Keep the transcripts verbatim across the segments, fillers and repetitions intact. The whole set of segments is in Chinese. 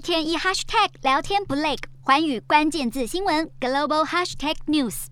天一 hashtag 聊天不累，寰宇关键字新闻 global hashtag news。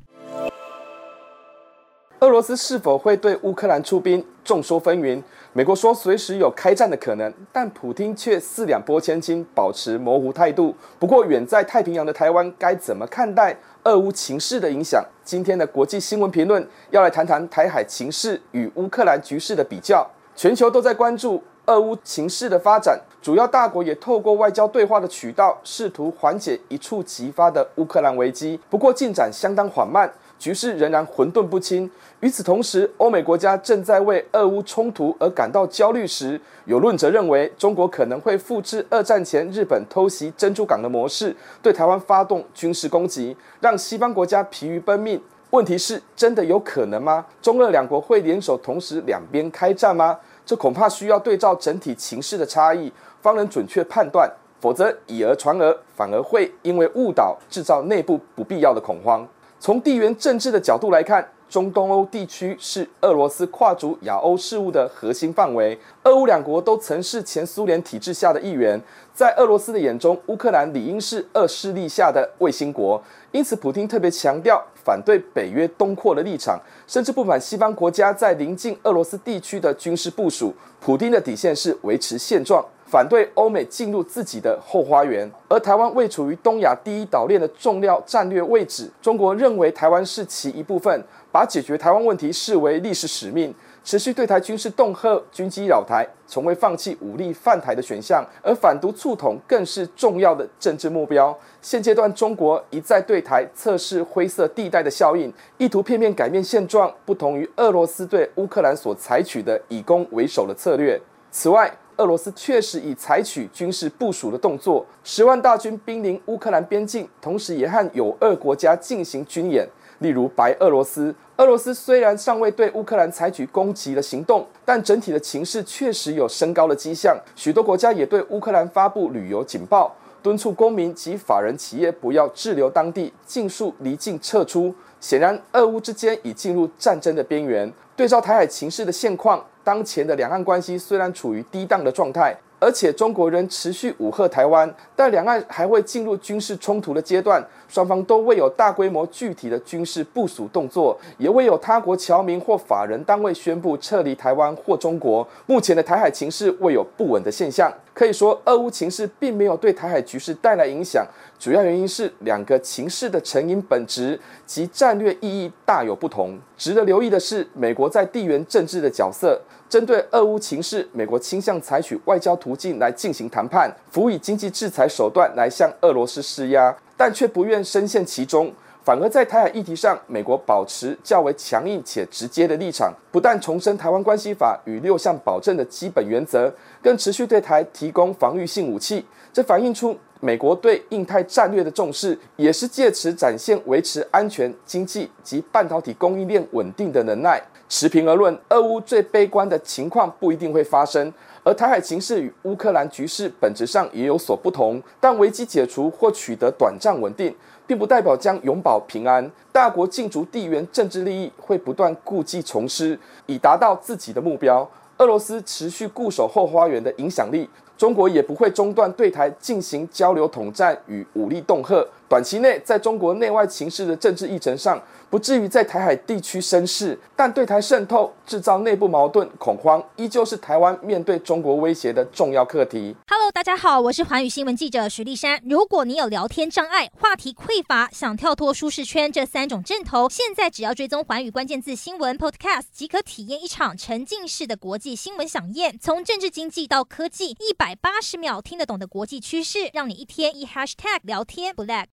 俄罗斯是否会对乌克兰出兵，众说纷纭。美国说随时有开战的可能，但普丁却四两拨千斤，保持模糊态度。不过，远在太平洋的台湾该怎么看待俄乌情势的影响？今天的国际新闻评论要来谈谈台海情势与乌克兰局势的比较。全球都在关注俄乌情势的发展，主要大国也透过外交对话的渠道，试图缓解一触即发的乌克兰危机。不过进展相当缓慢，局势仍然混沌不清。与此同时，欧美国家正在为俄乌冲突而感到焦虑时，有论者认为，中国可能会复制二战前日本偷袭珍珠港的模式，对台湾发动军事攻击，让西方国家疲于奔命。问题是，真的有可能吗？中俄两国会联手同时两边开战吗？这恐怕需要对照整体情势的差异，方能准确判断，否则以讹传讹，反而会因为误导制造内部不必要的恐慌。从地缘政治的角度来看，中东欧地区是俄罗斯跨足亚欧事务的核心范围。俄乌两国都曾是前苏联体制下的一员，在俄罗斯的眼中，乌克兰理应是俄势力下的卫星国。因此，普丁特别强调反对北约东扩的立场，甚至不满西方国家在邻近俄罗斯地区的军事部署。普丁的底线是维持现状，反对欧美进入自己的后花园。而台湾位处于东亚第一岛链的重要战略位置，中国认为台湾是其一部分，把解决台湾问题视为历史使命，持续对台军事恫吓、军机扰台，从未放弃武力犯台的选项。而反独促统更是重要的政治目标。现阶段，中国一再对台测试灰色地带的效应，意图片面改变现状，不同于俄罗斯对乌克兰所采取的以攻为守的策略。此外，俄罗斯确实已采取军事部署的动作，十万大军兵临乌克兰边境，同时也和友俄国家进行军演，例如白俄罗斯。俄罗斯虽然尚未对乌克兰采取攻击的行动，但整体的情势确实有升高的迹象。许多国家也对乌克兰发布旅游警报，敦促公民及法人企业不要滞留当地，尽速离境撤出。显然，俄乌之间已进入战争的边缘。对照台海情势的现况，当前的两岸关系虽然处于低档的状态，而且中国仍持续武吓台湾，但两岸还会进入军事冲突的阶段，双方都未有大规模具体的军事部署动作，也未有他国侨民或法人单位宣布撤离台湾或中国。目前的台海情势未有不稳的现象，可以说俄乌情势并没有对台海局势带来影响，主要原因是两个情势的成因本质及战略意义大有不同。值得留意的是，美国在地缘政治的角色。针对俄乌情势，美国倾向采取外交途径来进行谈判，辅以经济制裁手段来向俄罗斯施压，但却不愿深陷其中。反而在台海议题上，美国保持较为强硬且直接的立场，不但重申台湾关系法与六项保证的基本原则，更持续对台提供防御性武器。这反映出美国对印太战略的重视，也是借此展现维持安全、经济及半导体供应链稳定的能耐。持平而论，俄乌最悲观的情况不一定会发生，而台海情势与乌克兰局势本质上也有所不同。但危机解除或取得短暂稳定，并不代表将永保平安。大国竞逐地缘政治利益，会不断故技重施，以达到自己的目标。俄罗斯持续固守后花园的影响力，中国也不会中断对台进行交流统战与武力恫吓。短期内，在中国内外情势的政治议程上，不至于在台海地区生事，但对台渗透、制造内部矛盾、恐慌，依旧是台湾面对中国威胁的重要课题。 Hello， 大家好，我是寰宇新闻记者徐丽珊。如果你有聊天障碍、话题匮乏，想跳脱舒适圈这三种阵头，现在只要追踪寰宇关键字新闻 Podcast， 即可体验一场沉浸式的国际新闻飨宴。从政治经济到科技，一百八十秒听得懂的国际趋势，让你一天一 hashtag 聊天不 lag。